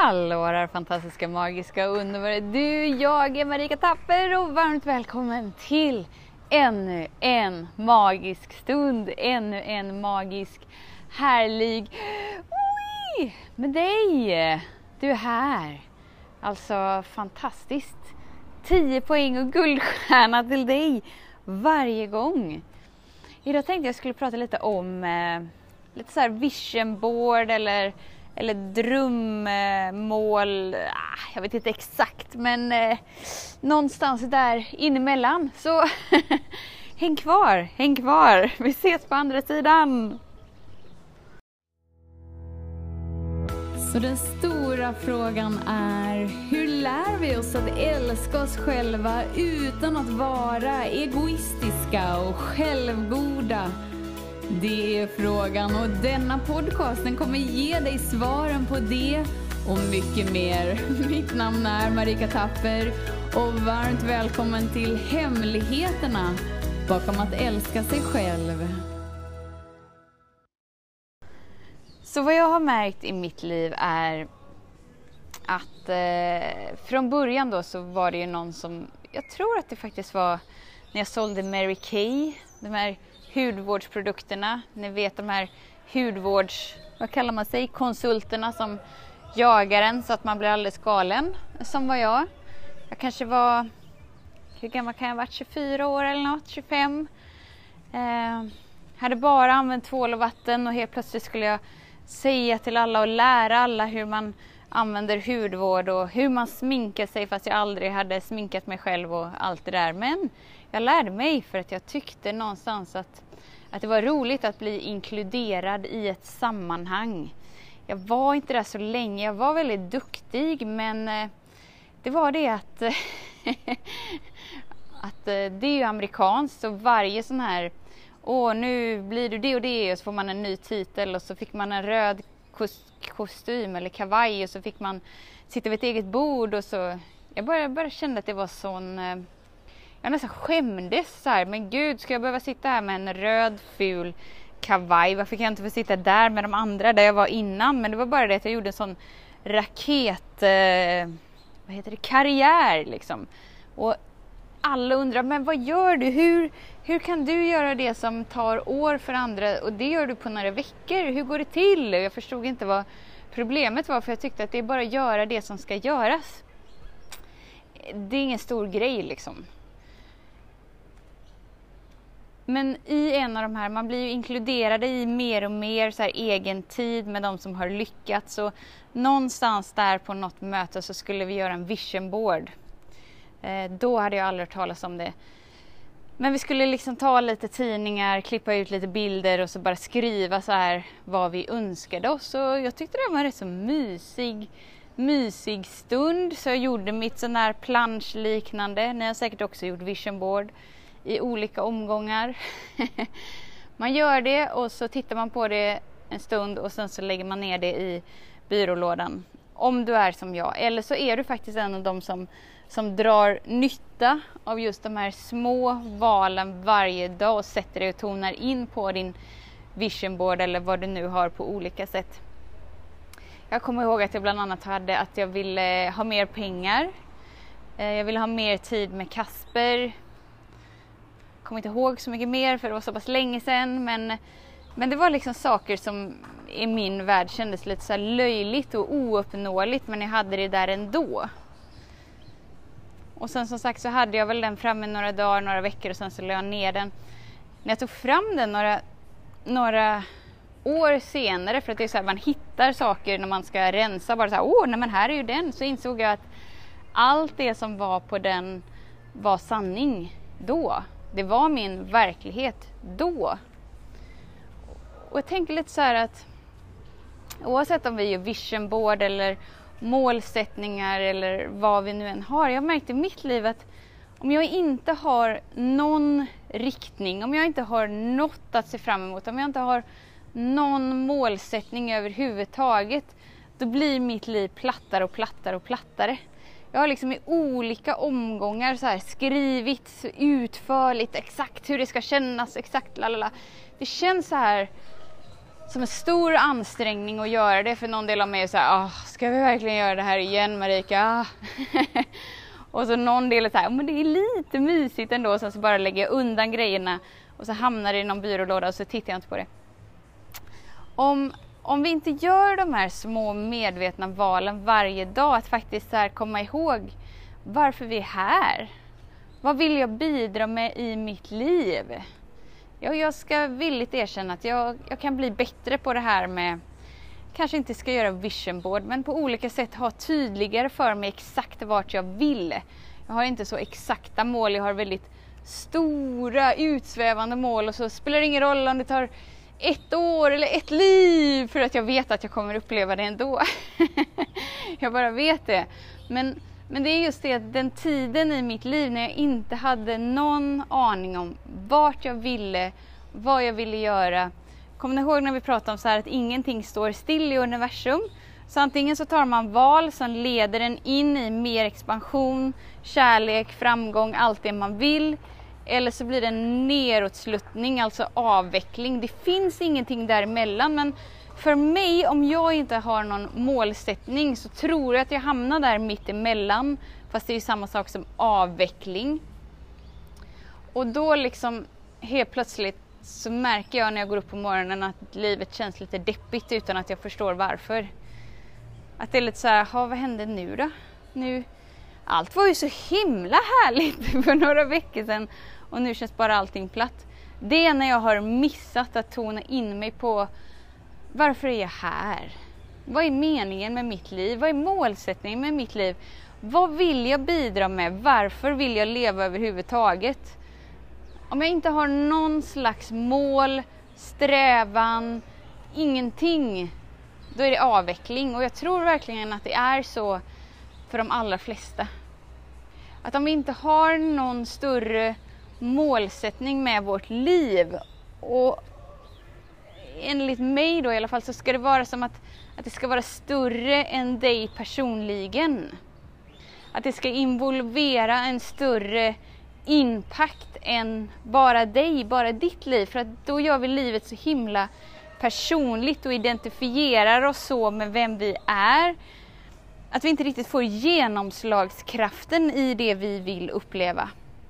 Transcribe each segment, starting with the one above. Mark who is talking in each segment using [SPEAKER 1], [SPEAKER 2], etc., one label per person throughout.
[SPEAKER 1] Hallå där fantastiska, magiska och underbara du, jag är Marika Tapper och varmt välkommen till ännu en magisk stund, ännu en magisk, härlig med dig. Du är här, alltså fantastiskt. 10 poäng och guldstjärna till dig varje gång. Idag tänkte jag skulle prata lite om lite så här vision board eller drömmål. Jag vet inte exakt, men någonstans där inemellan. Så häng kvar. Vi ses på andra sidan. Så den stora frågan är, hur lär vi oss att älska oss själva utan att vara egoistiska och självgoda? Det är frågan, och denna podcasten kommer ge dig svaren på det och mycket mer. Mitt namn är Marika Tapper och varmt välkommen till hemligheterna bakom att älska sig själv. Så vad jag har märkt i mitt liv är att från början då så var det ju någon som, jag tror att det faktiskt var när jag sålde Mary Kay, de här hudvårdsprodukterna. Ni vet de här vad kallar man sig, konsulterna som jagar en så att man blir alldeles galen, som var jag. Jag kanske var, hur gammal kan jag ha varit, 24 år eller något, 25. Hade bara använt tvål och vatten och helt plötsligt skulle jag säga till alla och lära alla hur man använder hudvård och hur man sminkar sig, fast jag aldrig hade sminkat mig själv och allt det där. Men jag lärde mig för att jag tyckte någonstans att det var roligt att bli inkluderad i ett sammanhang. Jag var inte där så länge, jag var väldigt duktig, men det var det att, att det är ju amerikanskt, så varje sån här, nu blir du det och det, och så får man en ny titel och så fick man en röd kostym eller kavaj och så fick man sitta vid ett eget bord och så. Jag bara kände att det var sån, jag nästan skämdes så här, men gud, ska jag behöva sitta här med en röd ful kavaj? Varför kan jag inte få sitta där med de andra där jag var innan? Men det var bara det att jag gjorde en sån karriär liksom. Och alla undrar, men vad gör du? Hur kan du göra det som tar år för andra och det gör du på några veckor? Hur går det till? Jag förstod inte vad problemet var, för jag tyckte att det är bara att göra det som ska göras. Det är ingen stor grej liksom. Men i en av de här, man blir ju inkluderade i mer och mer så här egen tid med de som har lyckats. Så någonstans där på något möte så skulle vi göra en vision board. Då hade jag aldrig hört talas om det. Men vi skulle liksom ta lite tidningar, klippa ut lite bilder och så bara skriva så här vad vi önskade oss. Och jag tyckte det var en rätt så mysig stund. Så jag gjorde mitt sån här planschliknande. Ni har säkert också gjort vision board i olika omgångar. Man gör det och så tittar man på det en stund och sen så lägger man ner det i byrålådan. Om du är som jag. Eller så är du faktiskt en av dem som drar nytta av just de här små valen varje dag och sätter dig och tonar in på din vision board eller vad du nu har på olika sätt. Jag kommer ihåg att jag bland annat hade att jag ville ha mer pengar. Jag ville ha mer tid med Kasper. Jag kommer inte ihåg så mycket mer för det var så pass länge sedan, men det var liksom saker som i min värld kändes lite så här löjligt och ouppnåeligt, men jag hade det där ändå. Och sen som sagt så hade jag väl den framme några dagar, några veckor och sen så la jag ner den. När jag tog fram den några år senare, för att det är så här, man hittar saker när man ska rensa, bara så här, nej men här är ju den, så insåg jag att allt det som var på den var sanning då. Det var min verklighet då. Och jag tänker lite så här att oavsett om vi gör vision board eller målsättningar eller vad vi nu än har. Jag märkte i mitt liv att om jag inte har någon riktning, om jag inte har något att se fram emot, om jag inte har någon målsättning överhuvudtaget, då blir mitt liv plattare och plattare och plattare. Jag har liksom i olika omgångar så här skrivit utförligt exakt hur det ska kännas, exakt lalala. Det känns så här som en stor ansträngning att göra det. För någon del av mig är så här, ska vi verkligen göra det här igen, Marika? Och så någon del är så här, men det är lite mysigt ändå. Sen så bara lägger jag undan grejerna och så hamnar det i någon byrålåda och så tittar jag inte på det. Om vi inte gör de här små medvetna valen varje dag, att faktiskt så här komma ihåg varför vi är här. Vad vill jag bidra med i mitt liv? Jag ska villigt erkänna att jag kan bli bättre på det här med, kanske inte ska göra vision board, men på olika sätt ha tydligare för mig exakt vart jag vill. Jag har inte så exakta mål, jag har väldigt stora utsvävande mål och så spelar det ingen roll om det tar 1 år eller 1 liv, för att jag vet att jag kommer uppleva det ändå. Jag bara vet det. Men det är just det att den tiden i mitt liv när jag inte hade någon aning om vart jag ville, vad jag ville göra. Kommer ni ihåg när vi pratade om så här att ingenting står still i universum? Så antingen så tar man val som leder en in i mer expansion, kärlek, framgång, allt det man vill. Eller så blir det en neråtsluttning, alltså avveckling. Det finns ingenting däremellan, men för mig, om jag inte har någon målsättning, så tror jag att jag hamnar där mitt emellan. Fast det är ju samma sak som avveckling. Och då liksom helt plötsligt så märker jag när jag går upp på morgonen att livet känns lite deppigt utan att jag förstår varför. Att det är lite så här, vad hände nu då? Allt var ju så himla härligt för några veckor sedan och nu känns bara allting platt. Det är när jag har missat att tona in mig på varför är jag här? Vad är meningen med mitt liv? Vad är målsättningen med mitt liv? Vad vill jag bidra med? Varför vill jag leva överhuvudtaget? Om jag inte har någon slags mål, strävan, ingenting, då är det avveckling. Och jag tror verkligen att det är så för de allra flesta. Att om vi inte har någon större målsättning med vårt liv, och enligt mig då i alla fall, så ska det vara som att det ska vara större än dig personligen. Att det ska involvera en större impact än bara dig, bara ditt liv. För att då gör vi livet så himla personligt och identifierar oss så med vem vi är. Att vi inte riktigt får genomslagskraften i det vi vill uppleva.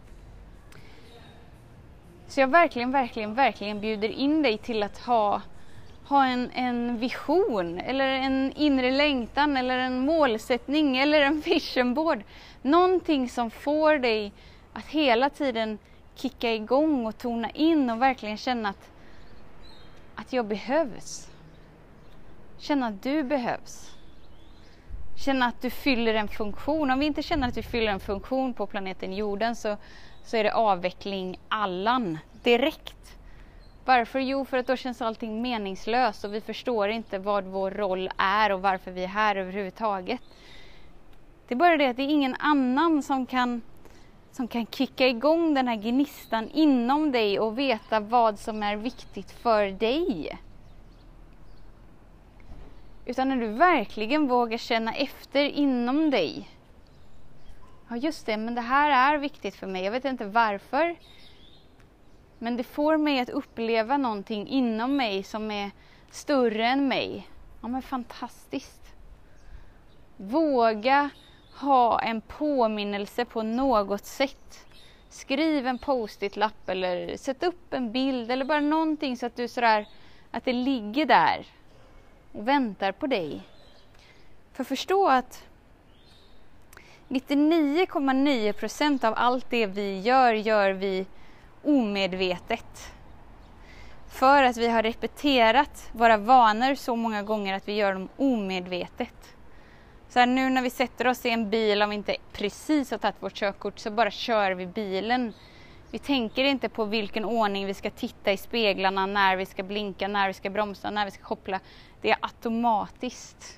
[SPEAKER 1] Så jag verkligen bjuder in dig till att ha en vision eller en inre längtan eller en målsättning eller en vision board. Någonting som får dig att hela tiden kicka igång och tona in och verkligen känna att jag behövs. Känna att du behövs. Känna att du fyller en funktion. Om vi inte känner att vi fyller en funktion på planeten jorden så är det avveckling allan direkt. Varför? Jo, för att då känns allting meningslöst och vi förstår inte vad vår roll är och varför vi är här överhuvudtaget. Det är bara det att det är ingen annan som kan kicka igång den här gnistan inom dig och veta vad som är viktigt för dig. Utan när du verkligen vågar känna efter inom dig. Ja just det, men det här är viktigt för mig. Jag vet inte varför. Men det får mig att uppleva någonting inom mig som är större än mig. Ja men fantastiskt. Våga ha en påminnelse på något sätt. Skriv en post-it-lapp eller sätt upp en bild eller bara någonting så att du sådär, att det ligger där och väntar på dig. För förstå att 99,9% av allt det vi gör vi omedvetet. För att vi har repeterat våra vanor så många gånger att vi gör dem omedvetet. Så här, nu när vi sätter oss i en bil, om vi inte precis har tagit vårt körkort, så bara kör vi bilen. Vi tänker inte på vilken ordning vi ska titta i speglarna, när vi ska blinka, när vi ska bromsa, när vi ska koppla. Det är automatiskt.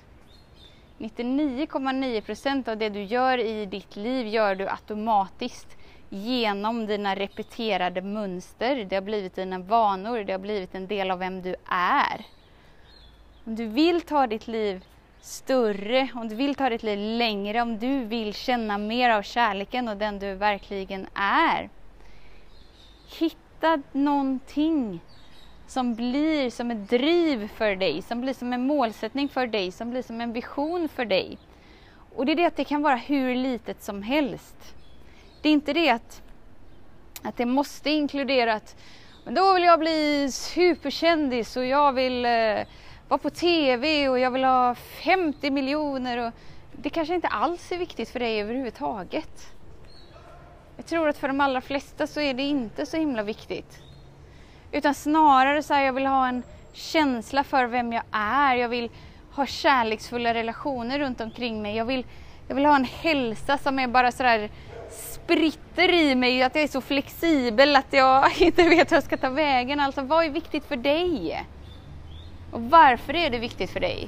[SPEAKER 1] 99,9% av det du gör i ditt liv gör du automatiskt genom dina repeterade mönster. Det har blivit dina vanor, det har blivit en del av vem du är. Om du vill ta ditt liv större, om du vill ta ditt liv längre, om du vill känna mer av kärleken och den du verkligen är. Hitta någonting som blir som ett driv för dig, som blir som en målsättning för dig, som blir som en vision för dig. Och det är det att det kan vara hur litet som helst. Det är inte det att det måste inkludera att men då vill jag bli superkändis och jag vill vara på tv och jag vill ha 50 miljoner. Och det kanske inte alls är viktigt för dig överhuvudtaget. Jag tror att för de allra flesta så är det inte så himla viktigt. Utan snarare så här, jag vill ha en känsla för vem jag är. Jag vill ha kärleksfulla relationer runt omkring mig. Jag vill ha en hälsa som är bara sådär spritter i mig. Att jag är så flexibel att jag inte vet hur jag ska ta vägen. Alltså vad är viktigt för dig? Och varför är det viktigt för dig?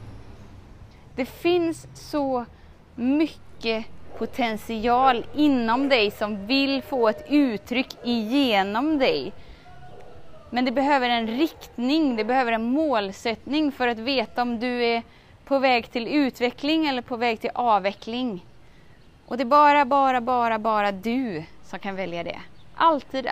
[SPEAKER 1] Det finns så mycket potential inom dig som vill få ett uttryck igenom dig. Men det behöver en riktning, det behöver en målsättning för att veta om du är på väg till utveckling eller på väg till avveckling. Och det är bara du som kan välja det. Alltid.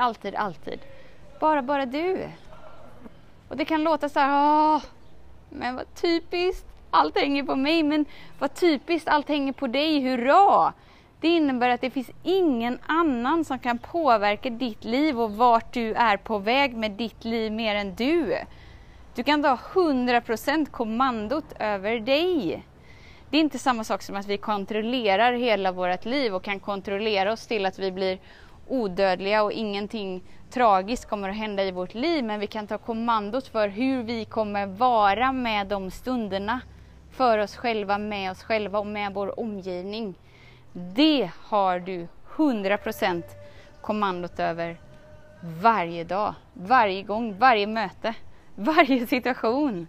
[SPEAKER 1] Bara du. Och det kan låta så här, men vad typiskt, allt hänger på mig. Men vad typiskt, allt hänger på dig, hurra! Det innebär att det finns ingen annan som kan påverka ditt liv och vart du är på väg med ditt liv mer än du. Du kan ta 100% kommandot över dig. Det är inte samma sak som att vi kontrollerar hela vårt liv och kan kontrollera oss till att vi blir odödliga och ingenting tragiskt kommer att hända i vårt liv. Men vi kan ta kommandot för hur vi kommer vara med de stunderna för oss själva, med oss själva och med vår omgivning. Det har du 100% kommandot över varje dag, varje gång, varje möte, varje situation.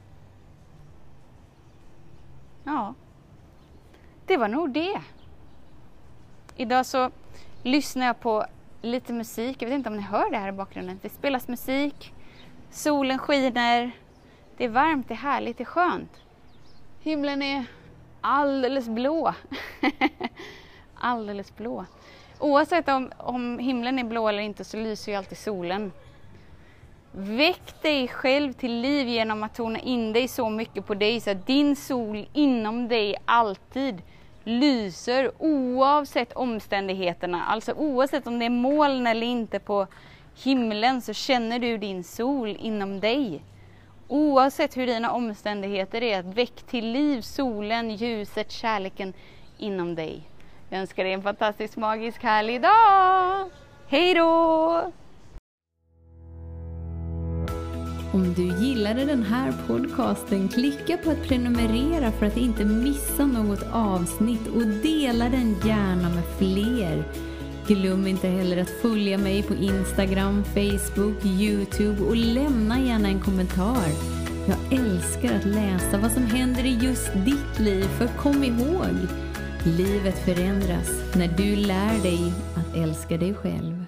[SPEAKER 1] Ja, det var nog det. Idag så lyssnar jag på lite musik. Jag vet inte om ni hör det här i bakgrunden. Det spelas musik, solen skiner, det är varmt, det är härligt, det är skönt. Himlen är alldeles blå. Alldeles blå. Oavsett om himlen är blå eller inte så lyser ju alltid solen. Väck dig själv till liv genom att tona in dig så mycket på dig så att din sol inom dig alltid lyser oavsett omständigheterna. Alltså oavsett om det är moln eller inte på himlen så känner du din sol inom dig. Oavsett hur dina omständigheter är, väck till liv solen, ljuset, kärleken inom dig. Jag önskar dig en fantastisk, magisk, härlig dag! Hej då!
[SPEAKER 2] Om du gillade den här podcasten, klicka på att prenumerera för att inte missa något avsnitt och dela den gärna med fler. Glöm inte heller att följa mig på Instagram, Facebook, YouTube och lämna gärna en kommentar. Jag älskar att läsa vad som händer i just ditt liv, för kom ihåg, livet förändras när du lär dig att älska dig själv.